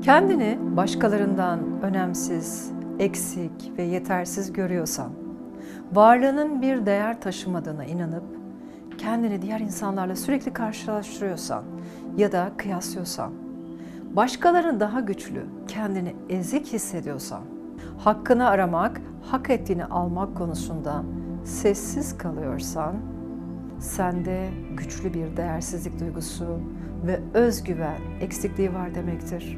Kendini başkalarından önemsiz, eksik ve yetersiz görüyorsan, varlığının bir değer taşımadığına inanıp, kendini diğer insanlarla sürekli karşılaştırıyorsan ya da kıyaslıyorsan, başkalarını daha güçlü, kendini ezik hissediyorsan, hakkını aramak, hak ettiğini almak konusunda sessiz kalıyorsan, sende güçlü bir değersizlik duygusu ve özgüven eksikliği var demektir.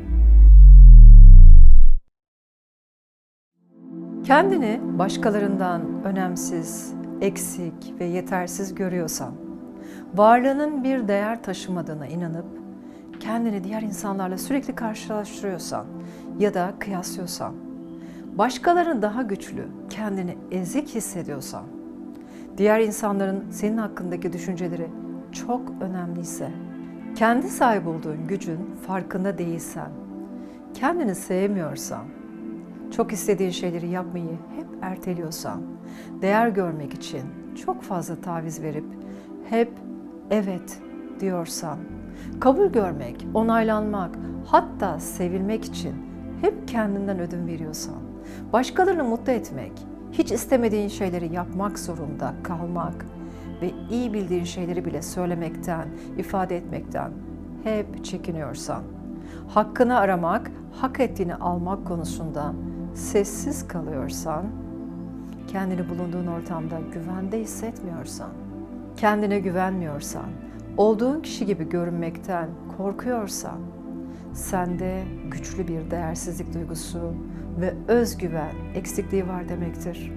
Kendini başkalarından önemsiz, eksik ve yetersiz görüyorsan, varlığının bir değer taşımadığına inanıp, kendini diğer insanlarla sürekli karşılaştırıyorsan ya da kıyaslıyorsan, başkalarını daha güçlü, kendini ezik hissediyorsan, diğer insanların senin hakkındaki düşünceleri çok önemliyse, kendi sahip olduğun gücün farkında değilsen, kendini sevmiyorsan, çok istediğin şeyleri yapmayı hep erteliyorsan, değer görmek için çok fazla taviz verip hep evet diyorsan, kabul görmek, onaylanmak, hatta sevilmek için hep kendinden ödün veriyorsan, başkalarını mutlu etmek, hiç istemediğin şeyleri yapmak zorunda kalmak ve iyi bildiğin şeyleri bile söylemekten, ifade etmekten hep çekiniyorsan, hakkını aramak, hak ettiğini almak konusunda sessiz kalıyorsan, kendini bulunduğun ortamda güvende hissetmiyorsan, kendine güvenmiyorsan, olduğun kişi gibi görünmekten korkuyorsan, sende güçlü bir değersizlik duygusu ve özgüven eksikliği var demektir.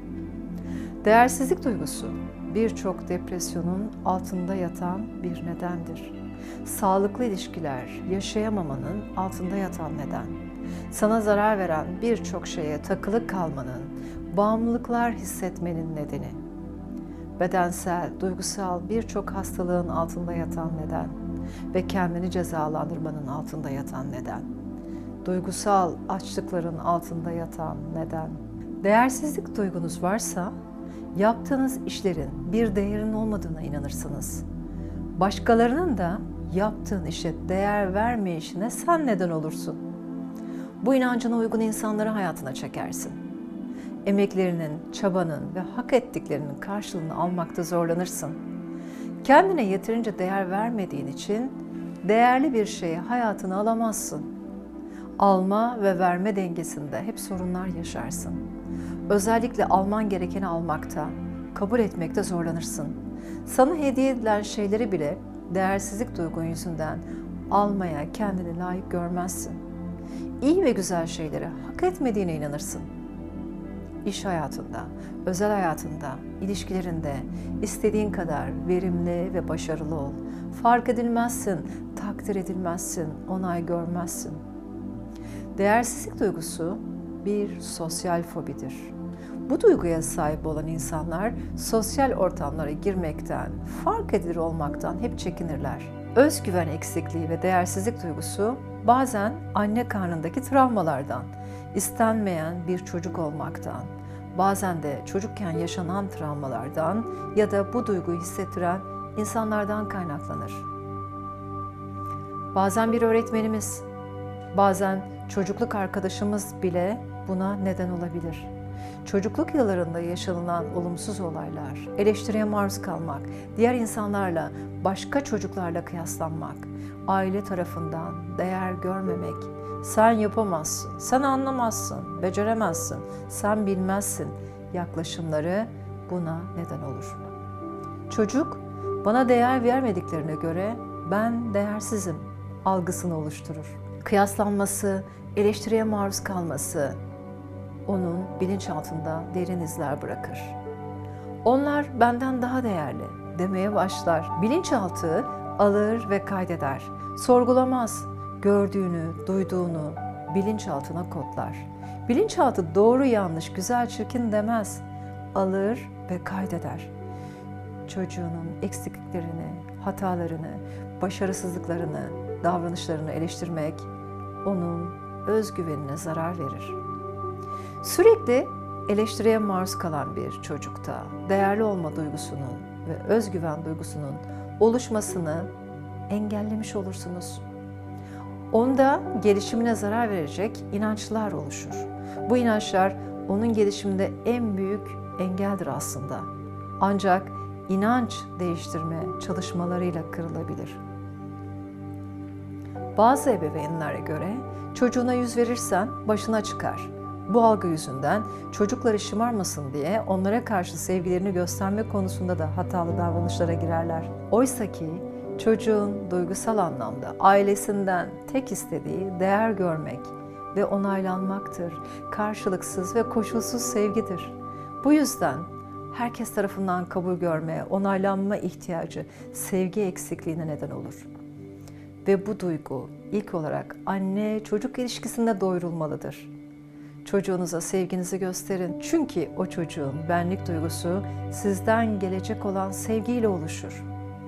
Değersizlik duygusu birçok depresyonun altında yatan bir nedendir. Sağlıklı ilişkiler yaşayamamanın altında yatan neden. Sana zarar veren birçok şeye takılı kalmanın, bağımlılıklar hissetmenin nedeni. Bedensel, duygusal birçok hastalığın altında yatan neden ve kendini cezalandırmanın altında yatan neden. Duygusal açlıkların altında yatan neden. Değersizlik duygunuz varsa, yaptığınız işlerin bir değerinin olmadığına inanırsınız. Başkalarının da yaptığın işe değer vermeyişine sen neden olursun. Bu inancına uygun insanları hayatına çekersin. Emeklerinin, çabanın ve hak ettiklerinin karşılığını almakta zorlanırsın. Kendine yeterince değer vermediğin için değerli bir şeye hayatına alamazsın. Alma ve verme dengesinde hep sorunlar yaşarsın. Özellikle alman gerekeni almakta, kabul etmekte zorlanırsın. Sana hediye edilen şeyleri bile değersizlik duygun yüzünden almaya kendini layık görmezsin. İyi ve güzel şeyleri hak etmediğine inanırsın. İş hayatında, özel hayatında, ilişkilerinde istediğin kadar verimli ve başarılı ol. Fark edilmezsin, takdir edilmezsin, onay görmezsin. Değersizlik duygusu bir sosyal fobidir. Bu duyguya sahip olan insanlar sosyal ortamlara girmekten, fark edilir olmaktan hep çekinirler. Özgüven eksikliği ve değersizlik duygusu bazen anne karnındaki travmalardan, istenmeyen bir çocuk olmaktan, bazen de çocukken yaşanan travmalardan ya da bu duyguyu hissettiren insanlardan kaynaklanır. Bazen bir öğretmenimiz, bazen çocukluk arkadaşımız bile buna neden olabilir. Çocukluk yıllarında yaşanılan olumsuz olaylar, eleştiriye maruz kalmak, diğer insanlarla, başka çocuklarla kıyaslanmak, aile tarafından değer görmemek, sen yapamazsın, sen anlamazsın, beceremezsin, sen bilmezsin yaklaşımları buna neden olur. Çocuk, bana değer vermediklerine göre ben değersizim algısını oluşturur. Kıyaslanması, eleştiriye maruz kalması onun bilinçaltında derin izler bırakır. Onlar benden daha değerli demeye başlar. Bilinçaltı alır ve kaydeder. Sorgulamaz. Gördüğünü, duyduğunu bilinçaltına kodlar. Bilinçaltı doğru yanlış, güzel çirkin demez. Alır ve kaydeder. Çocuğunun eksikliklerini, hatalarını, başarısızlıklarını, davranışlarını eleştirmek onun özgüvenine zarar verir. Sürekli eleştiriye maruz kalan bir çocukta değerli olma duygusunun ve özgüven duygusunun oluşmasını engellemiş olursunuz. Onda gelişimine zarar verecek inançlar oluşur. Bu inançlar onun gelişiminde en büyük engeldir aslında. Ancak inanç değiştirme çalışmalarıyla kırılabilir. Bazı ebeveynlere göre çocuğuna yüz verirsen başına çıkar. Bu algı yüzünden çocukları şımarmasın diye onlara karşı sevgilerini gösterme konusunda da hatalı davranışlara girerler. Oysa ki çocuğun duygusal anlamda ailesinden tek istediği değer görmek ve onaylanmaktır. Karşılıksız ve koşulsuz sevgidir. Bu yüzden herkes tarafından kabul görme, onaylanma ihtiyacı sevgi eksikliğine neden olur. Ve bu duygu ilk olarak anne-çocuk ilişkisinde doyurulmalıdır. Çocuğunuza sevginizi gösterin. Çünkü o çocuğun benlik duygusu sizden gelecek olan sevgiyle oluşur.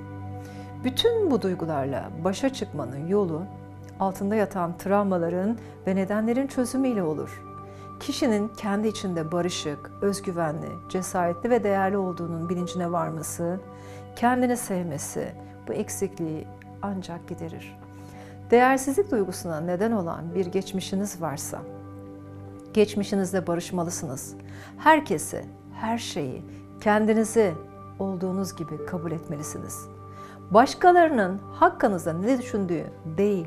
Bütün bu duygularla başa çıkmanın yolu altında yatan travmaların ve nedenlerin çözümüyle olur. Kişinin kendi içinde barışık, özgüvenli, cesaretli ve değerli olduğunun bilincine varması, kendini sevmesi bu eksikliği ancak giderir. Değersizlik duygusuna neden olan bir geçmişiniz varsa, geçmişinizle barışmalısınız. Herkesi, her şeyi, kendinizi olduğunuz gibi kabul etmelisiniz. Başkalarının hakkınızda ne düşündüğü değil,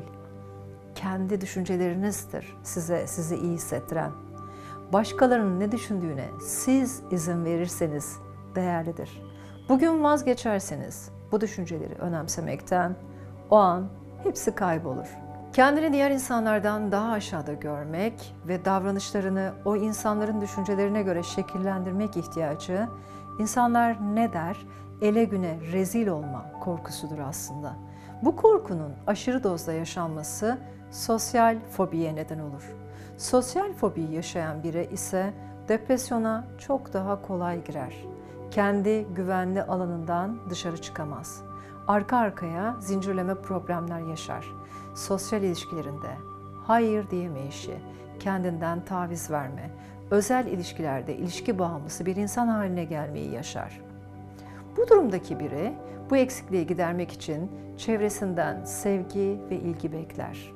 kendi düşüncelerinizdir sizi iyi hissettiren. Başkalarının ne düşündüğüne siz izin verirseniz değerlidir. Bugün vazgeçerseniz bu düşünceleri önemsemekten o an hepsi kaybolur. Kendini diğer insanlardan daha aşağıda görmek ve davranışlarını o insanların düşüncelerine göre şekillendirmek ihtiyacı, insanlar ne der, ele güne rezil olma korkusudur aslında. Bu korkunun aşırı dozda yaşanması sosyal fobiye neden olur. Sosyal fobiyi yaşayan biri ise depresyona çok daha kolay girer. Kendi güvenli alanından dışarı çıkamaz. Arka arkaya zincirleme problemler yaşar. Sosyal ilişkilerinde hayır diyemeyişi, kendinden taviz verme, özel ilişkilerde ilişki bağımlısı bir insan haline gelmeyi yaşar. Bu durumdaki biri bu eksikliği gidermek için çevresinden sevgi ve ilgi bekler.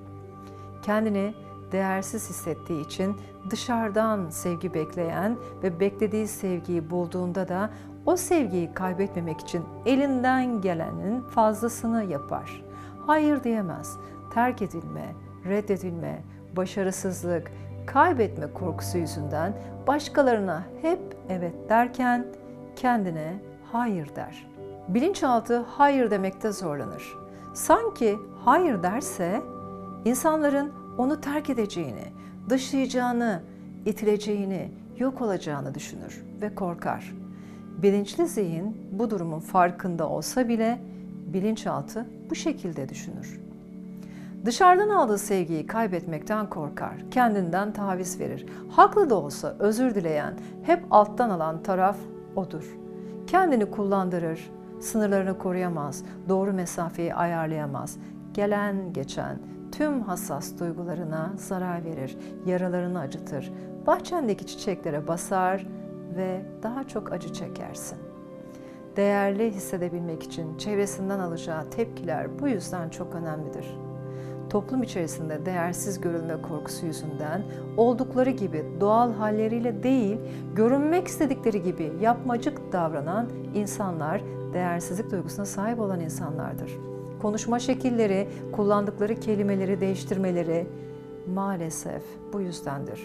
Kendini değersiz hissettiği için dışarıdan sevgi bekleyen ve beklediği sevgiyi bulduğunda da o sevgiyi kaybetmemek için elinden gelenin fazlasını yapar. Hayır diyemez. Terk edilme, reddedilme, başarısızlık, kaybetme korkusu yüzünden başkalarına hep evet derken kendine hayır der. Bilinçaltı hayır demekte zorlanır. Sanki hayır derse insanların onu terk edeceğini, dışlayacağını, itileceğini, yok olacağını düşünür ve korkar. Bilinçli zihin bu durumun farkında olsa bile bilinçaltı bu şekilde düşünür. Dışarıdan aldığı sevgiyi kaybetmekten korkar, kendinden taviz verir. Haklı da olsa özür dileyen, hep alttan alan taraf odur. Kendini kullandırır, sınırlarını koruyamaz, doğru mesafeyi ayarlayamaz. Gelen geçen tüm hassas duygularına zarar verir, yaralarını acıtır. Bahçendeki çiçeklere basar ve daha çok acı çekersin. Değerli hissedebilmek için çevresinden alacağı tepkiler bu yüzden çok önemlidir. Toplum içerisinde değersiz görülme korkusu yüzünden oldukları gibi doğal halleriyle değil, görünmek istedikleri gibi yapmacık davranan insanlar değersizlik duygusuna sahip olan insanlardır. Konuşma şekilleri, kullandıkları kelimeleri değiştirmeleri maalesef bu yüzdendir.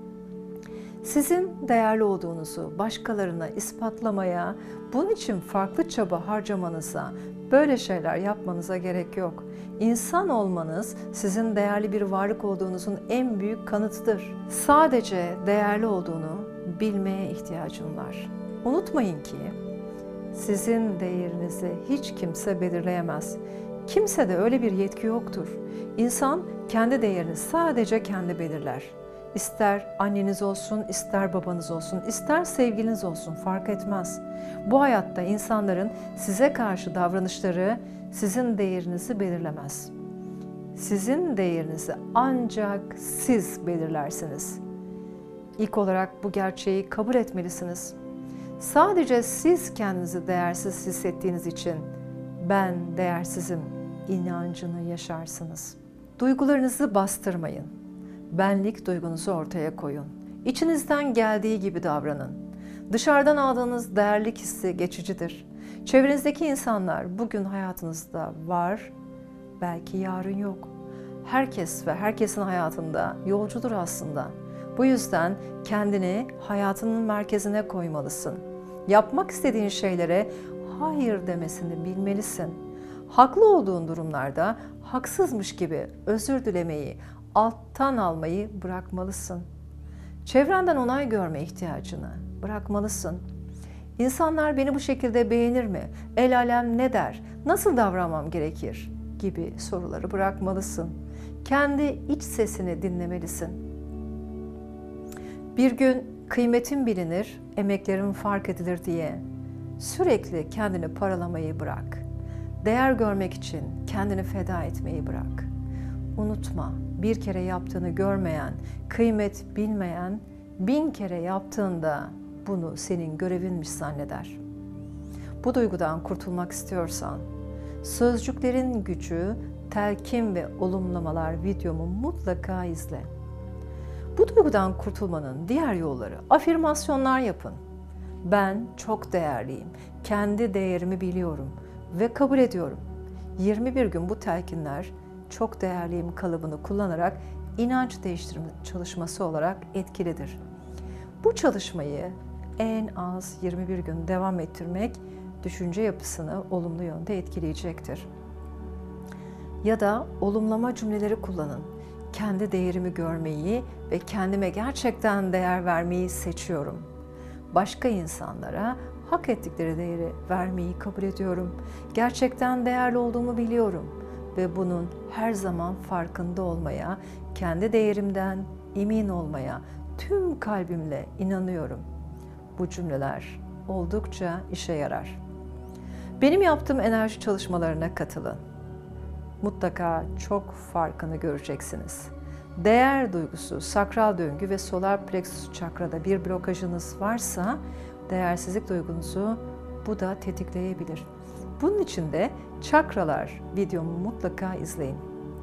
Sizin değerli olduğunuzu başkalarına ispatlamaya, bunun için farklı çaba harcamanıza, böyle şeyler yapmanıza gerek yok. İnsan olmanız sizin değerli bir varlık olduğunuzun en büyük kanıtıdır. Sadece değerli olduğunu bilmeye ihtiyacım var. Unutmayın ki sizin değerinizi hiç kimse belirleyemez. Kimsede öyle bir yetki yoktur. İnsan kendi değerini sadece kendi belirler. İster anneniz olsun, ister babanız olsun, ister sevgiliniz olsun fark etmez. Bu hayatta insanların size karşı davranışları sizin değerinizi belirlemez. Sizin değerinizi ancak siz belirlersiniz. İlk olarak bu gerçeği kabul etmelisiniz. Sadece siz kendinizi değersiz hissettiğiniz için ben değersizim inancını yaşarsınız. Duygularınızı bastırmayın. Benlik duygunuzu ortaya koyun. İçinizden geldiği gibi davranın. Dışarıdan aldığınız değerlik hissi geçicidir. Çevrenizdeki insanlar bugün hayatınızda var, belki yarın yok. Herkes ve herkesin hayatında yolcudur aslında. Bu yüzden kendini hayatının merkezine koymalısın. Yapmak istediğin şeylere hayır demesini bilmelisin. Haklı olduğun durumlarda haksızmış gibi özür dilemeyi, alttan almayı bırakmalısın. Çevrenden onay görme ihtiyacını bırakmalısın. İnsanlar beni bu şekilde beğenir mi? El alem ne der? Nasıl davranmam gerekir? Gibi soruları bırakmalısın. Kendi iç sesini dinlemelisin. Bir gün kıymetin bilinir, emeklerin fark edilir diye sürekli kendini paralamayı bırak. Değer görmek için kendini feda etmeyi bırak. Unutma, bir kere yaptığını görmeyen, kıymet bilmeyen, 1000 kere yaptığında bunu senin görevinmiş zanneder. Bu duygudan kurtulmak istiyorsan, Sözcüklerin Gücü, Telkin ve Olumlamalar videomu mutlaka izle. Bu duygudan kurtulmanın diğer yolları, afirmasyonlar yapın. Ben çok değerliyim, kendi değerimi biliyorum ve kabul ediyorum. 21 gün bu telkinler çok değerliyim kalıbını kullanarak inanç değiştirme çalışması olarak etkilidir. Bu çalışmayı en az 21 gün devam ettirmek düşünce yapısını olumlu yönde etkileyecektir. Ya da olumlama cümleleri kullanın. Kendi değerimi görmeyi ve kendime gerçekten değer vermeyi seçiyorum. Başka insanlara hak ettikleri değeri vermeyi kabul ediyorum. Gerçekten değerli olduğumu biliyorum ve bunun her zaman farkında olmaya, kendi değerimden emin olmaya tüm kalbimle inanıyorum. Bu cümleler oldukça işe yarar. Benim yaptığım enerji çalışmalarına katılın. Mutlaka çok farkını göreceksiniz. Değer duygusu, sakral döngü ve solar plexus çakrada bir blokajınız varsa değersizlik duygunuzu bu da tetikleyebilir. Bunun için de çakralar videomu mutlaka izleyin.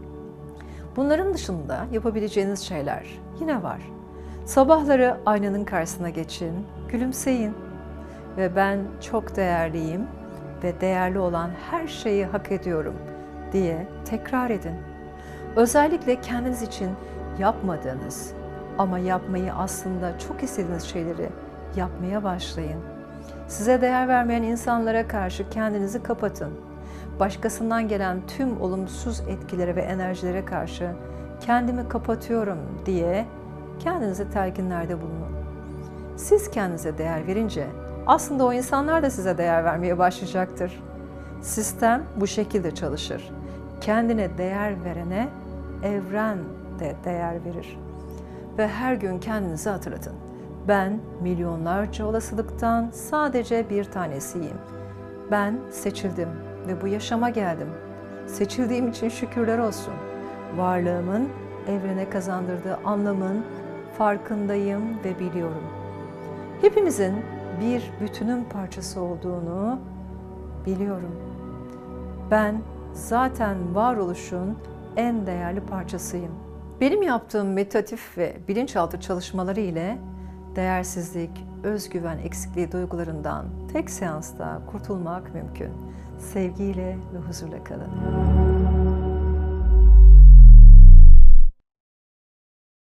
Bunların dışında yapabileceğiniz şeyler yine var. Sabahları aynanın karşısına geçin, gülümseyin ve ben çok değerliyim ve değerli olan her şeyi hak ediyorum diye tekrar edin. Özellikle kendiniz için yapmadığınız ama yapmayı aslında çok istediğiniz şeyleri yapmaya başlayın. Size değer vermeyen insanlara karşı kendinizi kapatın. Başkasından gelen tüm olumsuz etkilere ve enerjilere karşı kendimi kapatıyorum diye kendinize telkinlerde bulunun. Siz kendinize değer verince aslında o insanlar da size değer vermeye başlayacaktır. Sistem bu şekilde çalışır. Kendine değer verene evren de değer verir. Ve her gün kendinize hatırlatın. Ben milyonlarca olasılıktan sadece bir tanesiyim. Ben seçildim ve bu yaşama geldim. Seçildiğim için şükürler olsun. Varlığımın evrene kazandırdığı anlamın farkındayım ve biliyorum. Hepimizin bir bütünün parçası olduğunu biliyorum. Ben zaten varoluşun en değerli parçasıyım. Benim yaptığım meditatif ve bilinçaltı çalışmaları ile değersizlik, özgüven eksikliği duygularından tek seansta kurtulmak mümkün. Sevgiyle ve huzurla kalın.